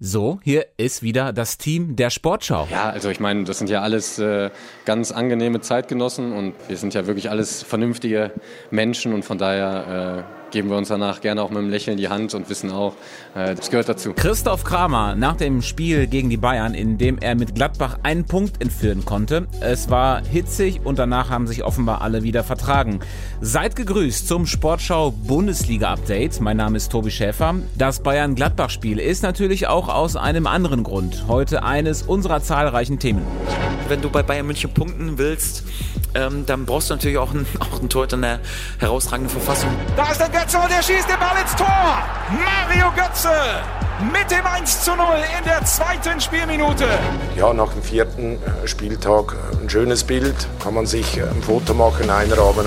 So, hier ist wieder das Team der Sportschau. Ja, also ich meine, das sind ja alles ganz angenehme Zeitgenossen und wir sind ja wirklich alles vernünftige Menschen und von daher geben wir uns danach gerne auch mit einem Lächeln die Hand und wissen auch, das gehört dazu. Christoph Kramer nach dem Spiel gegen die Bayern, in dem er mit Gladbach einen Punkt entführen konnte. Es war hitzig und danach haben sich offenbar alle wieder vertragen. Seid gegrüßt zum Sportschau-Bundesliga-Update. Mein Name ist Tobi Schäfer. Das Bayern-Gladbach-Spiel ist natürlich auch aus einem anderen Grund heute eines unserer zahlreichen Themen. Wenn du bei Bayern München punkten willst, dann brauchst du natürlich auch einen Torhüter in der herausragenden Verfassung. Da ist der Götze und er schießt den Ball ins Tor. Mario Götze mit dem 1:0 in der zweiten Spielminute. Ja, nach dem 4. Spieltag ein schönes Bild. Kann man sich ein Foto machen, einrahmen.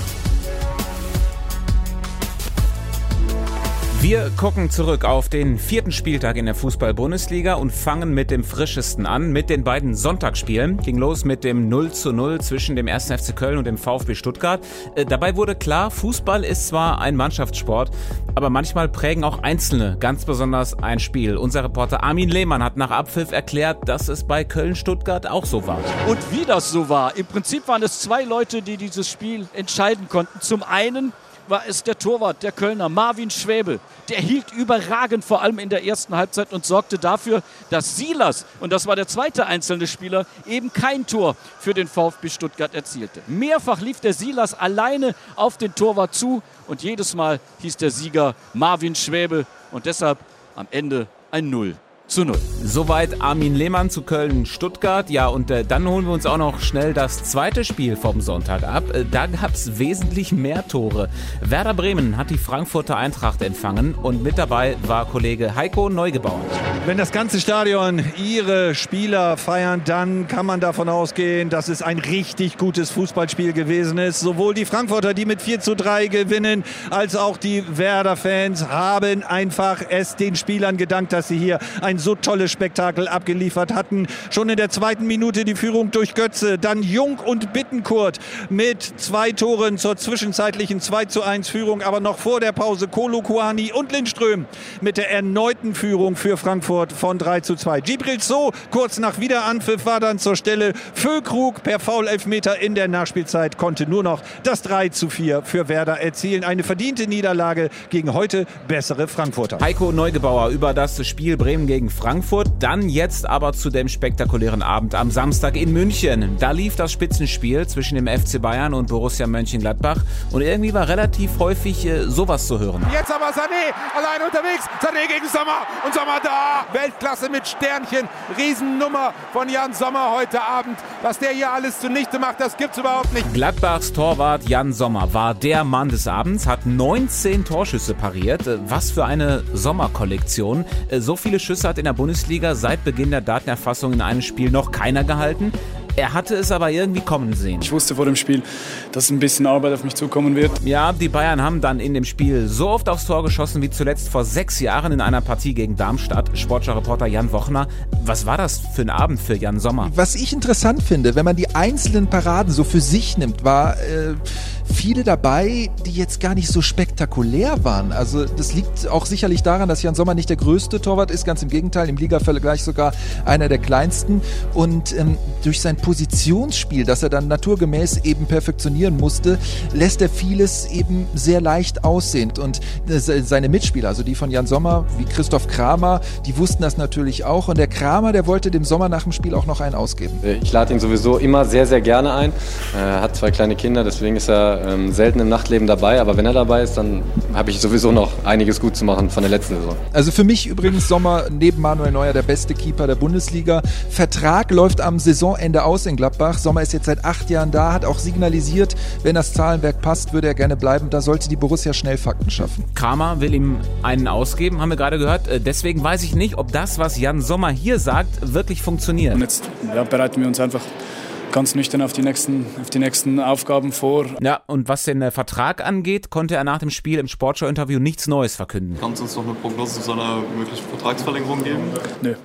Wir gucken zurück auf den 4. Spieltag in der Fußball-Bundesliga und fangen mit dem frischesten an, mit den beiden Sonntagsspielen. Ging los mit dem 0:0 zwischen dem 1. FC Köln und dem VfB Stuttgart. Dabei wurde klar, Fußball ist zwar ein Mannschaftssport, aber manchmal prägen auch Einzelne ganz besonders ein Spiel. Unser Reporter Armin Lehmann hat nach Abpfiff erklärt, dass es bei Köln-Stuttgart auch so war. Und wie das so war. Im Prinzip waren es zwei Leute, die dieses Spiel entscheiden konnten. Zum einen war es der Torwart, der Kölner, Marvin Schwäbe. Der hielt überragend, vor allem in der ersten Halbzeit und sorgte dafür, dass Silas, und das war der zweite einzelne Spieler, eben kein Tor für den VfB Stuttgart erzielte. Mehrfach lief der Silas alleine auf den Torwart zu und jedes Mal hieß der Sieger Marvin Schwäbe und deshalb am Ende ein 0:0. Soweit Armin Lehmann zu Köln-Stuttgart. Ja, und dann holen wir uns auch noch schnell das zweite Spiel vom Sonntag ab. Da gab es wesentlich mehr Tore. Werder Bremen hat die Frankfurter Eintracht empfangen und mit dabei war Kollege Heiko Neugebauer. Wenn das ganze Stadion ihre Spieler feiern, dann kann man davon ausgehen, dass es ein richtig gutes Fußballspiel gewesen ist. Sowohl die Frankfurter, die mit 4:3 gewinnen, als auch die Werder-Fans haben einfach es den Spielern gedankt, dass sie hier ein so tolles Spektakel abgeliefert hatten. Schon in der zweiten Minute die Führung durch Götze, dann Jung und Bittencourt mit 2 Toren zur zwischenzeitlichen 2:1 Führung, aber noch vor der Pause Kolo Muani und Lindström mit der erneuten Führung für Frankfurt von 3:2. Djibril Sow kurz nach Wiederanpfiff war dann zur Stelle. Füllkrug per Foul-Elfmeter in der Nachspielzeit konnte nur noch das 3:4 für Werder erzielen. Eine verdiente Niederlage gegen heute bessere Frankfurter. Heiko Neugebauer über das Spiel Bremen gegen Frankfurt. Dann jetzt aber zu dem spektakulären Abend am Samstag in München. Da lief das Spitzenspiel zwischen dem FC Bayern und Borussia Mönchengladbach und irgendwie war relativ häufig sowas zu hören. Jetzt aber Sané allein unterwegs. Sané gegen Sommer und Sommer da. Weltklasse mit Sternchen. Riesennummer von Jan Sommer heute Abend. Was der hier alles zunichte macht, das gibt's überhaupt nicht. Gladbachs Torwart Jan Sommer war der Mann des Abends, hat 19 Torschüsse pariert. Was für eine Sommerkollektion. So viele Schüsse hat in der Bundesliga seit Beginn der Datenerfassung in einem Spiel noch keiner gehalten. Er hatte es aber irgendwie kommen sehen. Ich wusste vor dem Spiel, dass ein bisschen Arbeit auf mich zukommen wird. Ja, die Bayern haben dann in dem Spiel so oft aufs Tor geschossen wie zuletzt vor 6 Jahren in einer Partie gegen Darmstadt. Sportschau-Reporter Jan Wochner. Was war das für ein Abend für Jan Sommer? Was ich interessant finde, wenn man die einzelnen Paraden so für sich nimmt, war viele dabei, die jetzt gar nicht so spektakulär waren. Also das liegt auch sicherlich daran, dass Jan Sommer nicht der größte Torwart ist, ganz im Gegenteil, im Ligavergleich sogar einer der kleinsten. Und durch sein Positionsspiel, das er dann naturgemäß eben perfektionieren musste, lässt er vieles eben sehr leicht aussehen. Und seine Mitspieler, also die von Jan Sommer, wie Christoph Kramer, die wussten das natürlich auch. Und der Kramer, der wollte dem Sommer nach dem Spiel auch noch einen ausgeben. Ich lade ihn sowieso immer sehr, sehr gerne ein. Er hat 2 kleine Kinder, deswegen ist er selten im Nachtleben dabei. Aber wenn er dabei ist, dann habe ich sowieso noch einiges gut zu machen von der letzten Saison. Also für mich übrigens Sommer neben Manuel Neuer der beste Keeper der Bundesliga. Vertrag läuft am Saisonende aus in Gladbach. Sommer ist jetzt seit 8 Jahren da, hat auch signalisiert, wenn das Zahlenwerk passt, würde er gerne bleiben. Da sollte die Borussia schnell Fakten schaffen. Kramer will ihm einen ausgeben, haben wir gerade gehört. Deswegen weiß ich nicht, ob das, was Jan Sommer hier sagt, wirklich funktioniert. Und jetzt bereiten wir uns einfach ganz nüchtern auf die nächsten Aufgaben vor. Ja, und was den Vertrag angeht, konnte er nach dem Spiel im Sportschau-Interview nichts Neues verkünden. Kannst du uns noch eine Prognose zu einer möglichen Vertragsverlängerung geben? Nö.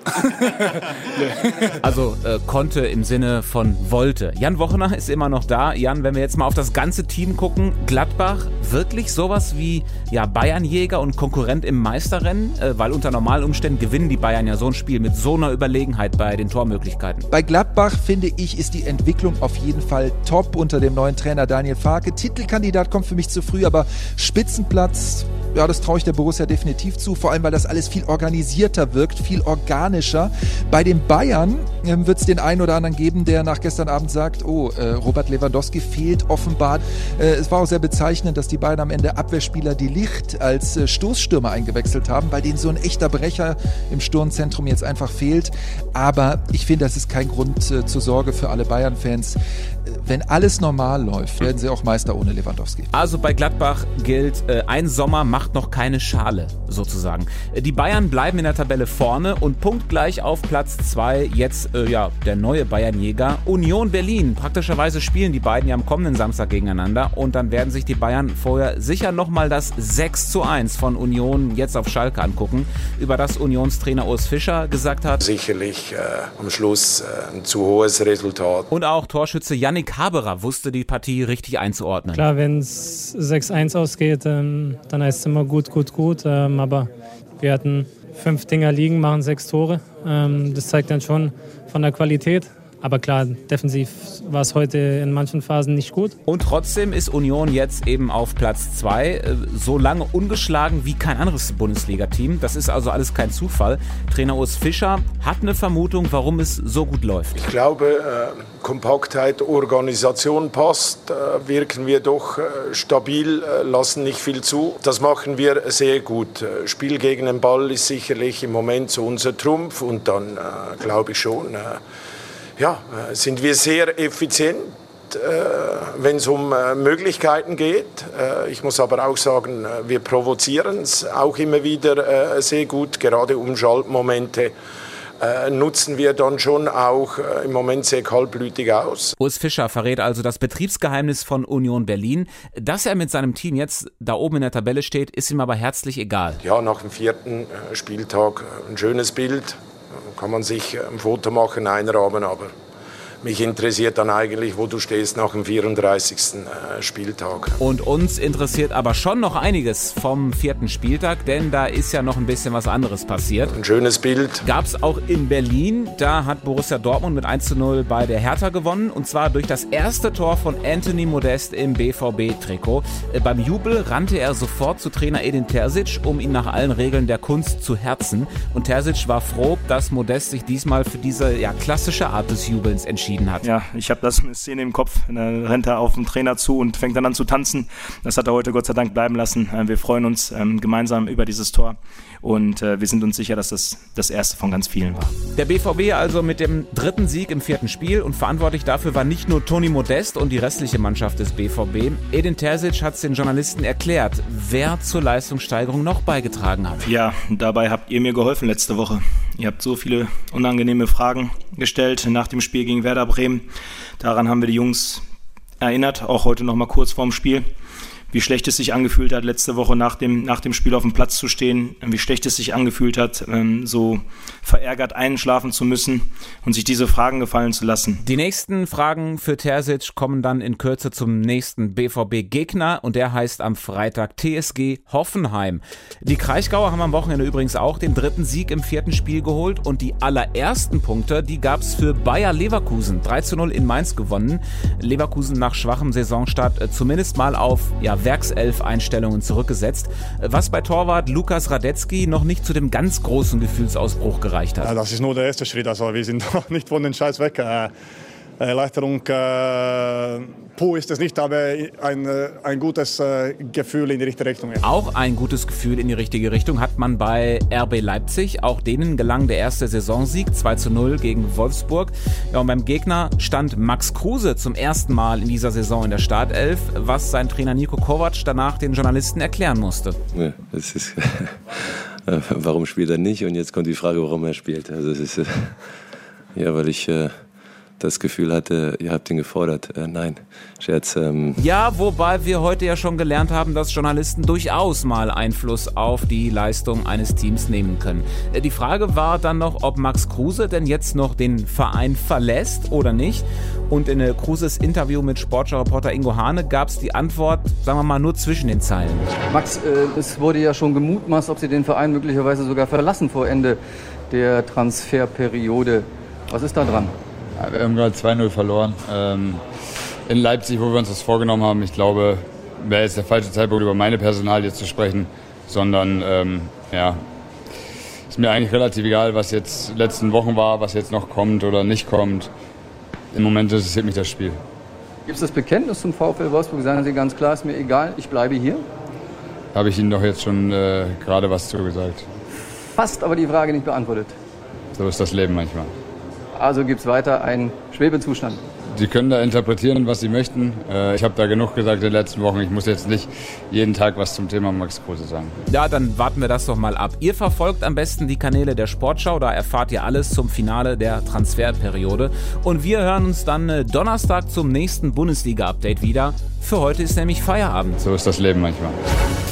Also konnte im Sinne von wollte. Jan Wochener ist immer noch da. Jan, wenn wir jetzt mal auf das ganze Team gucken, Gladbach wirklich sowas wie Bayernjäger und Konkurrent im Meisterrennen? Weil unter normalen Umständen gewinnen die Bayern ja so ein Spiel mit so einer Überlegenheit bei den Tormöglichkeiten. Bei Gladbach, finde ich, ist die Entwicklung auf jeden Fall top unter dem neuen Trainer Daniel Farke. Titelkandidat kommt für mich zu früh, aber Spitzenplatz, ja, das traue ich der Borussia definitiv zu, vor allem, weil das alles viel organisierter wirkt, viel organischer. Bei den Bayern wird es den einen oder anderen geben, der nach gestern Abend sagt, Robert Lewandowski fehlt offenbar. Es war auch sehr bezeichnend, dass die beiden am Ende Abwehrspieler De Ligt als Stoßstürmer eingewechselt haben, weil denen so ein echter Brecher im Sturmzentrum jetzt einfach fehlt. Aber ich finde, das ist kein Grund zur Sorge für alle Bayern-Fans. Wenn alles normal läuft, werden sie auch Meister ohne Lewandowski. Also bei Gladbach gilt, ein Sommer macht noch keine Schale, sozusagen. Die Bayern bleiben in der Tabelle vorne und punktgleich auf Platz 2 jetzt der neue Bayernjäger Union Berlin. Praktischerweise spielen die beiden ja am kommenden Samstag gegeneinander und dann werden sich die Bayern vorher sicher nochmal das 6:1 von Union jetzt auf Schalke angucken, über das Unionstrainer Urs Fischer gesagt hat: Sicherlich am Schluss ein zu hohes Resultat. Und auch Torschütze Yannick Haberer wusste die Partie richtig einzuordnen. Klar, wenn es 6:1 ausgeht, dann heißt es immer gut. Aber wir hatten 5 Dinger liegen, machen 6 Tore. Das zeigt dann schon von der Qualität. Aber klar, defensiv war es heute in manchen Phasen nicht gut. Und trotzdem ist Union jetzt eben auf Platz 2, so lange ungeschlagen wie kein anderes Bundesliga-Team. Das ist also alles kein Zufall. Trainer Urs Fischer hat eine Vermutung, warum es so gut läuft. Ich glaube, Kompaktheit, Organisation passt, wirken wir doch stabil, lassen nicht viel zu. Das machen wir sehr gut. Spiel gegen den Ball ist sicherlich im Moment so unser Trumpf und dann glaube ich schon, sind wir sehr effizient, wenn es um Möglichkeiten geht. Ich muss aber auch sagen, wir provozieren es auch immer wieder sehr gut. Gerade Umschaltmomente nutzen wir dann schon auch im Moment sehr kaltblütig aus. Urs Fischer verrät also das Betriebsgeheimnis von Union Berlin. Dass er mit seinem Team jetzt da oben in der Tabelle steht, ist ihm aber herzlich egal. Ja, nach dem 4. Spieltag ein schönes Bild. Kann man sich ein Foto machen, einrahmen, aber mich interessiert dann eigentlich, wo du stehst nach dem 34. Spieltag. Und uns interessiert aber schon noch einiges vom 4. Spieltag, denn da ist ja noch ein bisschen was anderes passiert. Ein schönes Bild. Gab es auch in Berlin, da hat Borussia Dortmund mit 1:0 bei der Hertha gewonnen und zwar durch das erste Tor von Anthony Modest im BVB-Trikot. Beim Jubel rannte er sofort zu Trainer Edin Terzic, um ihn nach allen Regeln der Kunst zu herzen. Und Terzic war froh, dass Modest sich diesmal für diese klassische Art des Jubelns entschieden hat. Ja, ich habe das eine Szene im Kopf. Dann rennt er auf den Trainer zu und fängt dann an zu tanzen. Das hat er heute Gott sei Dank bleiben lassen. Wir freuen uns gemeinsam über dieses Tor und wir sind uns sicher, dass das erste von ganz vielen war. Der BVB also mit dem 3. Sieg im 4. Spiel und verantwortlich dafür war nicht nur Toni Modest und die restliche Mannschaft des BVB. Edin Terzic hat es den Journalisten erklärt, wer zur Leistungssteigerung noch beigetragen hat. Ja, dabei habt ihr mir geholfen letzte Woche. Ihr habt so viele unangenehme Fragen gestellt nach dem Spiel gegen Werder Bremen. Daran haben wir die Jungs erinnert, auch heute noch mal kurz vorm Spiel. Wie schlecht es sich angefühlt hat, letzte Woche nach dem Spiel auf dem Platz zu stehen, wie schlecht es sich angefühlt hat, so verärgert einschlafen zu müssen und sich diese Fragen gefallen zu lassen. Die nächsten Fragen für Terzic kommen dann in Kürze zum nächsten BVB-Gegner und der heißt am Freitag TSG Hoffenheim. Die Kraichgauer haben am Wochenende übrigens auch den 3. Sieg im 4. Spiel geholt und die allerersten Punkte, die gab es für Bayer Leverkusen. 3:0 in Mainz gewonnen. Leverkusen nach schwachem Saisonstart zumindest mal auf Werkself-Einstellungen zurückgesetzt, was bei Torwart Lukas Radetzky noch nicht zu dem ganz großen Gefühlsausbruch gereicht hat. Ja, das ist nur der erste Schritt, also wir sind noch nicht von den Scheiß weg. Erleichterung pur ist es nicht, aber ein gutes Gefühl in die richtige Richtung. Ja. Auch ein gutes Gefühl in die richtige Richtung hat man bei RB Leipzig. Auch denen gelang der erste Saisonsieg 2:0 gegen Wolfsburg. Ja, und beim Gegner stand Max Kruse zum ersten Mal in dieser Saison in der Startelf, was sein Trainer Niko Kovac danach den Journalisten erklären musste. Ja, das ist warum spielt er nicht? Und jetzt kommt die Frage, warum er spielt. Also es ist weil ich das Gefühl hatte, ihr habt ihn gefordert. Nein, Scherz. Ja, wobei wir heute ja schon gelernt haben, dass Journalisten durchaus mal Einfluss auf die Leistung eines Teams nehmen können. Die Frage war dann noch, ob Max Kruse denn jetzt noch den Verein verlässt oder nicht. Und in Kruses Interview mit Sportschau-Reporter Ingo Hane gab es die Antwort, sagen wir mal, nur zwischen den Zeilen. Max, es wurde ja schon gemutmaßt, ob Sie den Verein möglicherweise sogar verlassen vor Ende der Transferperiode. Was ist da dran? Ja, wir haben gerade 2-0 verloren. In Leipzig, wo wir uns das vorgenommen haben, ich glaube, wäre jetzt der falsche Zeitpunkt, über meine Personalie zu sprechen, sondern ist mir eigentlich relativ egal, was jetzt letzten Wochen war, was jetzt noch kommt oder nicht kommt. Im Moment interessiert mich das Spiel. Gibt es das Bekenntnis zum VfL Wolfsburg? Sagen Sie ganz klar, ist mir egal, ich bleibe hier? Habe ich Ihnen doch jetzt schon gerade was zugesagt. Fast aber die Frage nicht beantwortet. So ist das Leben manchmal. Also gibt es weiter einen Schwebezustand. Sie können da interpretieren, was Sie möchten. Ich habe da genug gesagt in den letzten Wochen. Ich muss jetzt nicht jeden Tag was zum Thema Max Kruse sagen. Ja, dann warten wir das doch mal ab. Ihr verfolgt am besten die Kanäle der Sportschau. Da erfahrt ihr alles zum Finale der Transferperiode. Und wir hören uns dann Donnerstag zum nächsten Bundesliga-Update wieder. Für heute ist nämlich Feierabend. So ist das Leben manchmal.